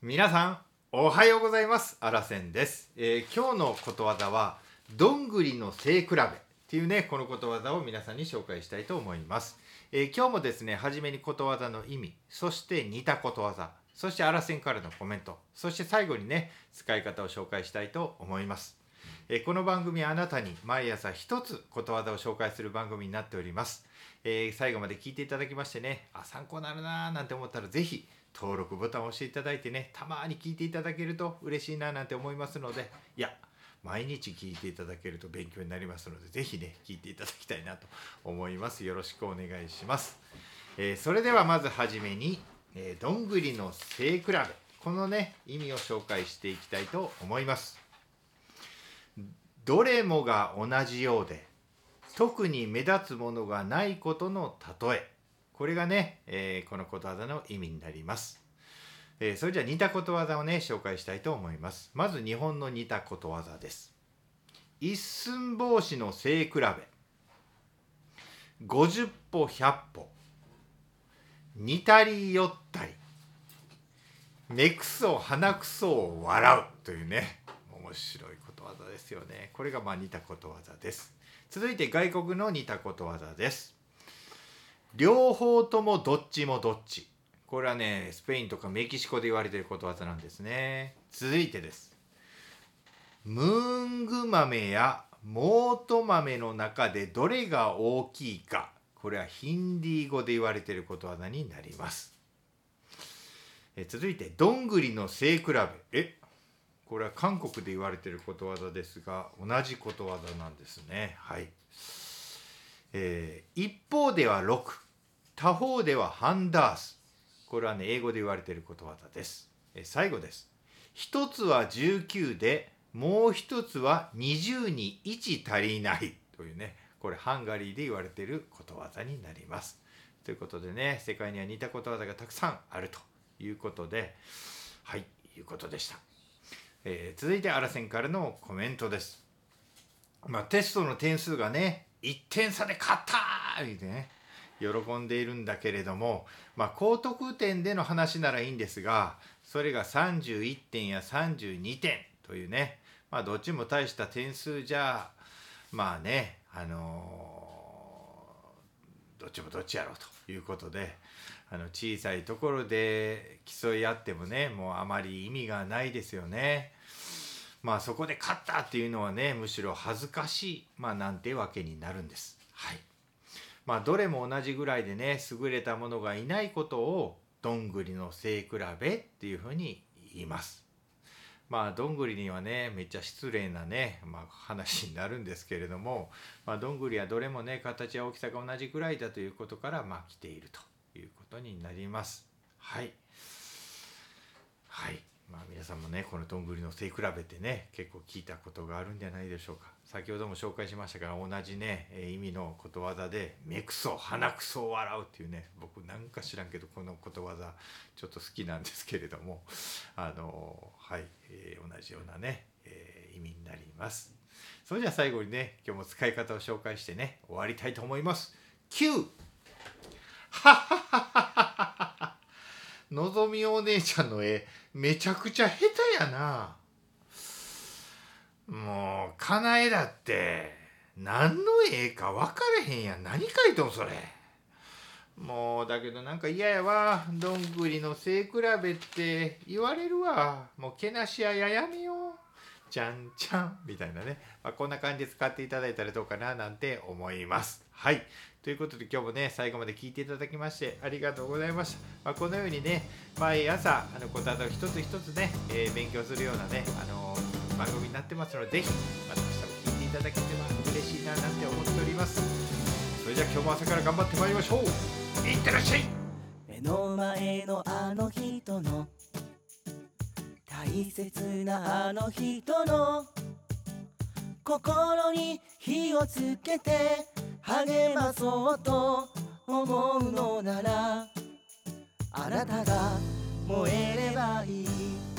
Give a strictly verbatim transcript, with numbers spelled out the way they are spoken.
皆さんおはようございます。あらせんです、えー、今日のことわざはどんぐりの背比べっていうね、このことわざを皆さんに紹介したいと思います。えー、今日もですね、はじめにことわざの意味、そして似たことわざ、そしてあらせんからのコメント、そして最後にね、使い方を紹介したいと思います。えー、この番組はあなたに毎朝一つことわざを紹介する番組になっております。えー、最後まで聞いていただきましてね、あ、参考になるなーなんて思ったらぜひ登録ボタンを押していただいてね、たまに聞いていただけると嬉しいななんて思いますので、いや毎日聞いていただけると勉強になりますので、ぜひね聞いていただきたいなと思います。よろしくお願いします。えー、それではまずはじめに、えー、どんぐりの背比べ、このね意味を紹介していきたいと思います。どれもが同じようで特に目立つものがないことの例え、これがね、えー、このことわざの意味になります。えー、それじゃあ似たことわざをね紹介したいと思います。まず日本の似たことわざです。一寸法師の背比べ、五十歩百歩、似たり寄ったり、目くそ鼻くそを笑うというね、面白いことわざですよね。これがまあ似たことわざです。続いて外国の似たことわざです。両方ともどっちもどっち。これはね、スペインとかメキシコで言われていることわざなんですね。続いてです。ムーング豆やモート豆の中でどれが大きいか。これはヒンディー語で言われていることわざになります。え続いて、どんぐりの背比べ。えこれは韓国で言われていることわざですが、同じことわざなんですね。はい。えー、一方ではろく、他方ではハンダース。これはね、英語で言われていることわざです。えー、最後です。一つはじゅうきゅうで、もう一つはにじゅうにいち足りないというね、これハンガリーで言われていることわざになります。ということでね、世界には似たことわざがたくさんあるということで、はい、いうことでした。えー、続いてあらせんからのコメントです。まあ、テストの点数がねいってん差で勝ったーってね喜んでいるんだけれども、まあ、高得点での話ならいいんですが、それがさんじゅういってんやさんじゅうにてんというね、まあ、どっちも大した点数じゃまあねあのー、どっちもどっちやろうということで、あの小さいところで競い合ってもね、もうあまり意味がないですよね。まあそこで勝ったっていうのはね、むしろ恥ずかしい、まあなんてわけになるんです。はい。まあどれも同じぐらいでね、優れたものがいないことをどんぐりの背比べっていうふうに言います。まあどんぐりにはね、めっちゃ失礼なね、まあ話になるんですけれども、まあどんぐりはどれもね、形や大きさが同じぐらいだということから、まあ来ているということになります。はい。はい。まあ皆さんもね、このどんぐりの背比べてね、結構聞いたことがあるんじゃないでしょうか。先ほども紹介しましたが、同じね、意味のことわざで、目くそ、鼻くそを笑うっていうね、僕なんか知らんけど、このことわざ、ちょっと好きなんですけれども、あの、はい、えー、同じようなね、えー、意味になります。それじゃあ最後にね、今日も使い方を紹介してね、終わりたいと思います。きゅう! はっはっはっはっは。のぞみお姉ちゃんの絵めちゃくちゃ下手やな。もうかなえだって何の絵か分かれへんやん。何描いとんそれ。もうだけどなんか嫌やわ。どんぐりの背比べって言われるわ。もうけなしやややめよう。ちゃんちゃんみたいなね、まあ、こんな感じで使っていただいたらどうかななんて思います。はい、ということで今日もね最後まで聞いていただきましてありがとうございました。まあ、このようにね毎朝あのことわざを一つ一つね、えー、勉強するようなね、あのー、番組になってますので、ぜひまた明日も聞いていただければ嬉しいななんて思っております。それじゃあ今日も朝から頑張ってまいりましょう。いってらっしゃい。 目の前のあの人の大切なあの人の心に火をつけて励まそうと思うのなら、あなたが燃えればいい。